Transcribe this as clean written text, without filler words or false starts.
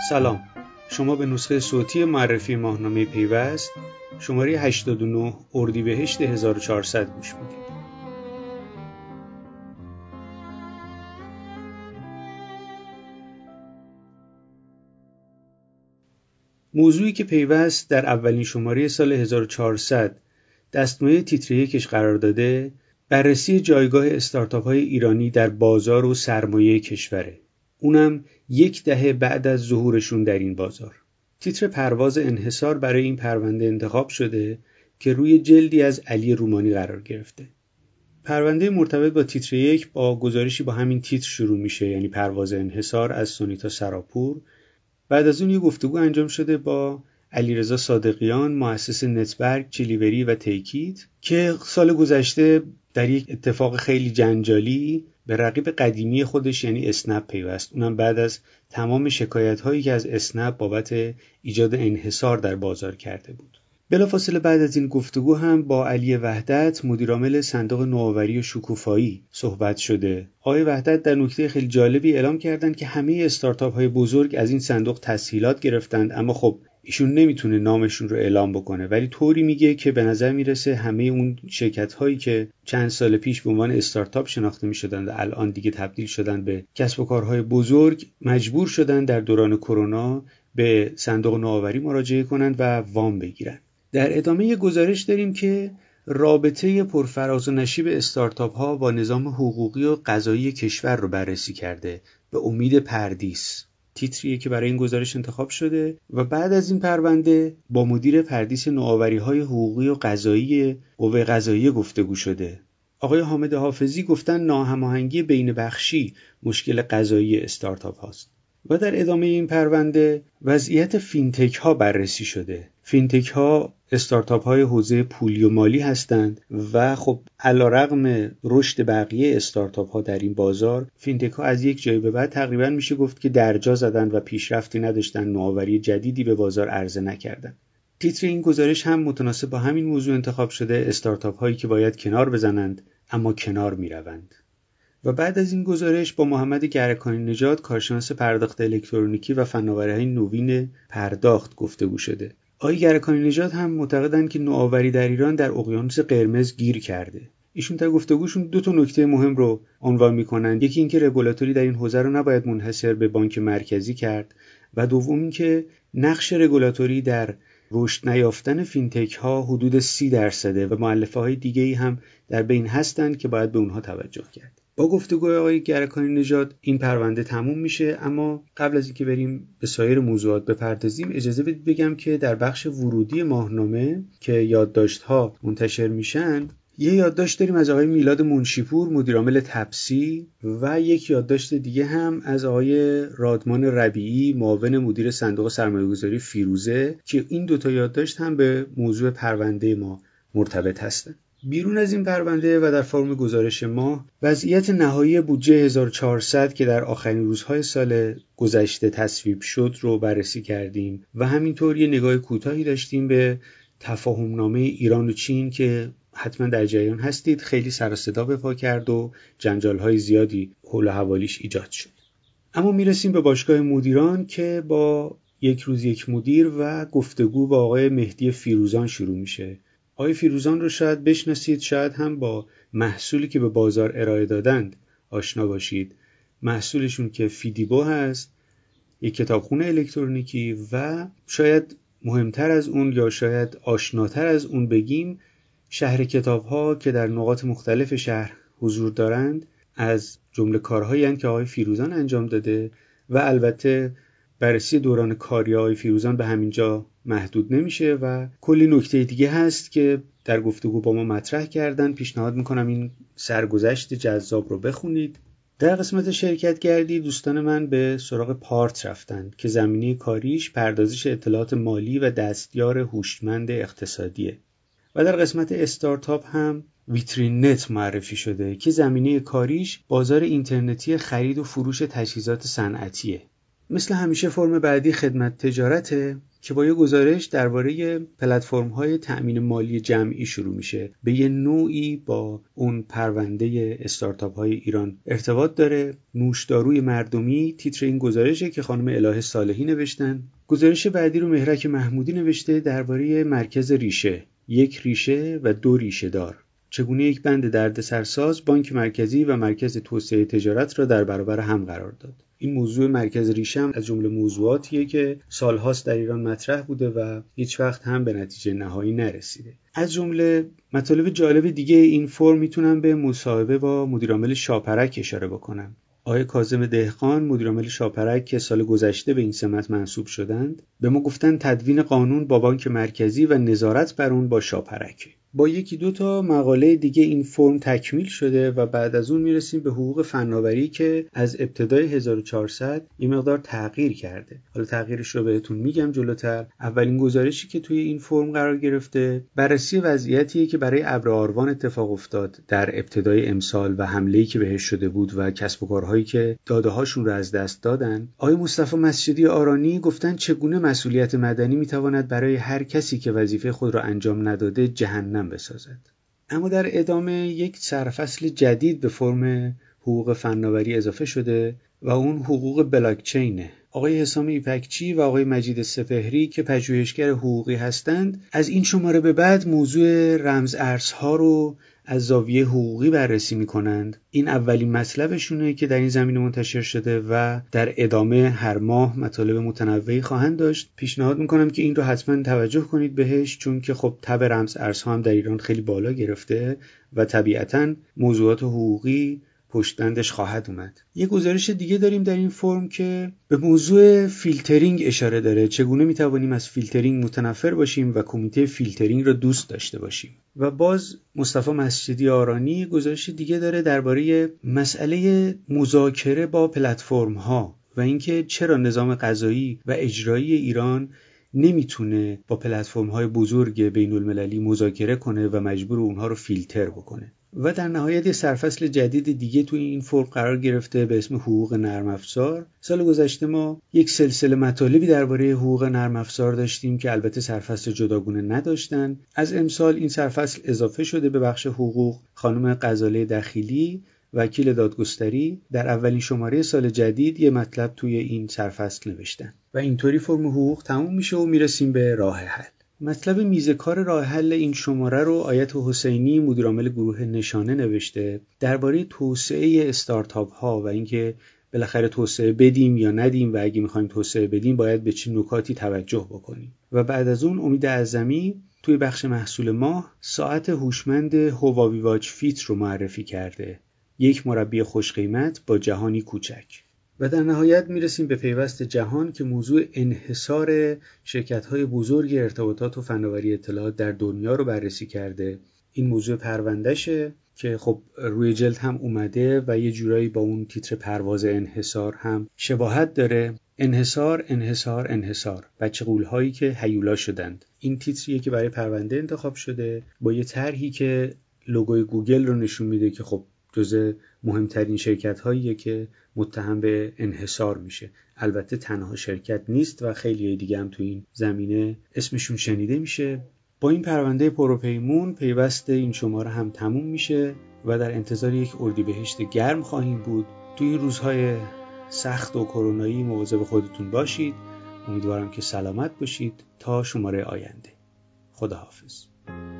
سلام، شما به نسخه صوتی معرفی ماهنامه پیوست شماره 89 اردیبهشت 1400 گوش میدید. موضوعی که پیوست در اولین شماره سال 1400 دستمایه تیتر یکش قرار داده، بررسی جایگاه استارتاپ‌های ایرانی در بازار و سرمایه کشوره. اونم 10 دهه بعد از ظهورشون در این بازار. تیتر پرواز انحصار برای این پرونده انتخاب شده که روی جلدی از علی رومانی قرار گرفته. پرونده مرتبط با تیتر یک با گزارشی با همین تیتر شروع میشه، یعنی پرواز انحصار از سونیتا سراپور. بعد از اون یه گفتگو انجام شده با علیرضا صادقیان، مؤسس نتبرگ، چیلیوری و تیکیت، که سال گذشته در یک اتفاق خیلی جنجالی به رقیب قدیمی خودش یعنی اسنپ پیوست. اونم بعد از تمام شکایت‌هایی که از اسنپ بابت ایجاد انحصار در بازار کرده بود. بلافاصله بعد از این گفتگو هم با علی وحدت، مدیرعامل صندوق نوآوری و شکوفایی، صحبت شده. آقای وحدت در نکته خیلی جالبی اعلام کردند که همه استارتاپ‌های بزرگ از این صندوق تسهیلات گرفتند، اما خب ایشون نمیتونه نامشون رو اعلام بکنه، ولی طوری میگه که به نظر میرسه همه اون شرکت‌هایی که چند سال پیش به عنوان استارتاپ شناخته میشدند و الان دیگه تبدیل شدن به کسب و کارهای بزرگ، مجبور شدن در دوران کرونا به صندوق نوآوری مراجعه کنند و وام بگیرن. در ادامه یه گزارش داریم که رابطه پرفراز و نشیب استارتاپ ها با نظام حقوقی و قضایی کشور رو بررسی کرده به امید پردیس. تیتریه که برای این گزارش انتخاب شده و بعد از این پرونده با مدیر پردیس نوآوری های حقوقی و قضایی قوه قضاییه گفتگو شده. آقای حامد حافظی گفتن ناهماهنگی بین بخشی مشکل قضایی استارتاپ هاست. و در ادامه این پرونده وضعیت فینتک ها بررسی شده. فینتک ها استارتاپ های حوزه پولی و مالی هستند و خب علیرغم رشد بقیه استارتاپ ها در این بازار، فینتک ها از یک جای به بعد تقریبا میشه گفت که درجا زدن و پیشرفتی نداشتن، نوآوری جدیدی به بازار عرضه نکردن. تیتر این گزارش هم متناسب با همین موضوع انتخاب شده، استارتاپ هایی که باید کنار بزنند اما کنار میروند. و بعد از این گزارش با محمد گرکانی نژاد، کارشناس پرداخت الکترونیکی و فناوری‌های نوین پرداخت گفتگو شده. آقای گرکانی نژاد هم معتقدند که نوآوری در ایران در اقیانوس قرمز گیر کرده. ایشون در گفتگوشون 2 نکته مهم رو عنوان می‌کنند. یکی اینکه رگولاتوری در این حوزه رو نباید منحصر به بانک مرکزی کرد و دوم اینکه نقش رگولاتوری در رشد نیافتن فینتک ها حدود 30% و مؤلفه‌های دیگه‌ای هم در بین هستند که باید به اونها توجه کرد. با گفتگوی آقای گرکانی نژاد این پرونده تموم میشه، اما قبل از اینکه بریم به سایر موضوعات بپردازیم اجازه بدید بگم که در بخش ورودی ماهنامه که یادداشت‌ها منتشر میشن، یه یادداشت داریم از آقای میلاد منشیپور، مدیرعامل تپسی، و یک یادداشت دیگه هم از آقای رادمان ربیعی، معاون مدیر صندوق سرمایه‌گذاری فیروزه، که این 2 یادداشت هم به موضوع پرونده ما مرتبط هستند. بیرون از این پرونده و در فرم گزارش ما، وضعیت نهایی بودجه 1400 که در آخرین روزهای سال گذشته تصویب شد رو بررسی کردیم و همینطور یه نگاه کوتاهی داشتیم به تفاهمنامه ایران و چین که حتما در جریان هستید. خیلی سر و صدا به پا کرد و جنجال‌های زیادی حول و حوالیش ایجاد شد. اما میرسیم به باشگاه مدیران که با یک روز یک مدیر و گفتگو با آقای مهدی فیروزان شروع میشه. آقای فیروزان رو شاید بشناسید، شاید هم با محصولی که به بازار ارائه دادند آشنا باشید. محصولشون که فیدیبو هست، یک کتابخونه الکترونیکی، و شاید مهمتر از اون یا شاید آشناتر از اون بگیم شهر کتاب‌ها که در نقاط مختلف شهر حضور دارند، از جمله کارهایی هستند که آقای فیروزان انجام داده. و البته بررسی دوران کاری آقای فیروزان به همینجا محدود نمیشه و کلی نکته دیگه هست که در گفتگو با ما مطرح کردن. پیشنهاد میکنم این سرگذشت جذاب رو بخونید. در قسمت شرکت گردی دوستان من به سراغ پارت رفتن که زمینه کاریش پردازش اطلاعات مالی و دستیار هوشمند اقتصادیه. و در قسمت استارتاپ هم ویترین نت معرفی شده که زمینه کاریش بازار اینترنتی خرید و فروش تجهیزات صنعتیه. مثل همیشه فرم بعدی خدمت تجارته که با یه گزارش درباره پلتفرم‌های تأمین مالی جمعی شروع میشه. به یه نوعی با اون پرونده استارتاپ‌های ایران ارتباط داره. نوشداروی مردمی تیتر این گزارشه که خانم الهه صالحی نوشتن. گزارش بعدی رو مهرک محمودی نوشته درباره مرکز ریشه، یک ریشه و دو ریشه دار. چگونه یک بند دردسرساز بانک مرکزی و مرکز توسعه تجارت را در برابر هم قرار داد. این موضوع مرکز ریشه هم از جمله موضوعاتیه که سالهاست در ایران مطرح بوده و هیچ وقت هم به نتیجه نهایی نرسیده. از جمله مطالب جالب دیگه این فرم میتونم به مصاحبه با مدیرعامل شاپرک اشاره بکنم. آقای کاظم دهقان مدیرعامل شاپرک که سال گذشته به این سمت منصوب شدند به ما گفتن تدوین قانون با بانک مرکزی و نظارت بر اون با شاپرک. با یکی دو تا مقاله دیگه این فرم تکمیل شده و بعد از اون میرسیم به حقوق فناوری که از ابتدای 1400 این مقدار تغییر کرده. حالا تغییرش رو بهتون میگم جلوتر. اولین گزارشی که توی این فرم قرار گرفته بررسی وضعیتیه که برای ابر آروان اتفاق افتاد در ابتدای امسال و حمله‌ای که بهش شده بود و کسب و کارهایی که داده‌هاشون رو از دست دادن. آقای مصطفی مسجدی آرانی گفتن چگونه مسئولیت مدنی میتواند برای هر کسی که وظیفه خود را انجام نداده جهنم بسازد. اما در ادامه یک سرفصل جدید به فرم حقوق فناوری اضافه شده و اون حقوق بلاکچینه. آقای حسام ایپکچی و آقای مجید سپهری که پژوهشگر حقوقی هستند از این شماره به بعد موضوع رمز ارزها رو از زاویه حقوقی بررسی می‌کنند. این اولین مطلبشونه که در این زمینه منتشر شده و در ادامه هر ماه مطالب متنوعی خواهند داشت. پیشنهاد می‌کنم که این رو حتما توجه کنید بهش، چون که خب تب رمز ارزها هم در ایران خیلی بالا گرفته و طبیعتاً موضوعات حقوقی پشتبندش خواهد اومد. یه گزارش دیگه داریم در این فرم که به موضوع فیلترینگ اشاره داره. چگونه میتوانیم از فیلترینگ متنفر باشیم و کمیته فیلترینگ را دوست داشته باشیم. و باز مصطفی مسجدی آرانی گزارش دیگه داره درباره مسئله مذاکره با پلتفرم ها و اینکه چرا نظام قضایی و اجرایی ایران نمیتونه با پلتفرم های بزرگ بین المللی مذاکره کنه و مجبور اونها رو فیلتر بکنه. و در نهایت سرفصل جدید دیگه توی این فرم قرار گرفته به اسم حقوق نرم افزار. سال گذشته ما یک سلسله مطالبی درباره حقوق نرم افزار داشتیم که البته سرفصل جداگونه نداشتن. از امسال این سرفصل اضافه شده به بخش حقوق. خانم غزاله دخیلی وکیل دادگستری در اولین شماره سال جدید یه مطلب توی این سرفصل نوشتن و اینطوری فرم حقوق تموم میشه و میرسیم به راه حل. مطلب میزه کار راه حل این شماره رو آیت حسینی مدیرعامل گروه نشانه نوشته درباره توسعه استارتاپ ها و اینکه بالاخره توسعه بدیم یا ندیم و اگه میخوایم توسعه بدیم باید به چه نکاتی توجه بکنیم. و بعد از اون امید اعظمی توی بخش محصول ماه ساعت هوشمند هواوی واچ فیت رو معرفی کرده. یک مربی خوش قیمت با جهانی کوچک. و در نهایت میرسیم به پیوست جهان که موضوع انحصار شرکت‌های بزرگ ارتباطات و فناوری اطلاعات در دنیا رو بررسی کرده. این موضوع پروندهشه که خب روی جلد هم اومده و یه جورایی با اون تیتر پرواز انحصار هم شباهت داره. انحصار انحصار انحصار، بچه غول‌هایی که هیولا شدند. این تیتریه که برای پرونده انتخاب شده با یه طرحی که لوگوی گوگل رو نشون میده که خب جزء مهمترین شرکت هاییه که متهم به انحصار میشه. البته تنها شرکت نیست و خیلی دیگه هم تو این زمینه اسمشون شنیده میشه. با این پرونده پروپیمون پیوست این شماره هم تموم میشه و در انتظار یک اردیبهشت گرم خواهیم بود. تو این روزهای سخت و کرونایی مواظب خودتون باشید. امیدوارم که سلامت باشید تا شماره آینده. خداحافظ.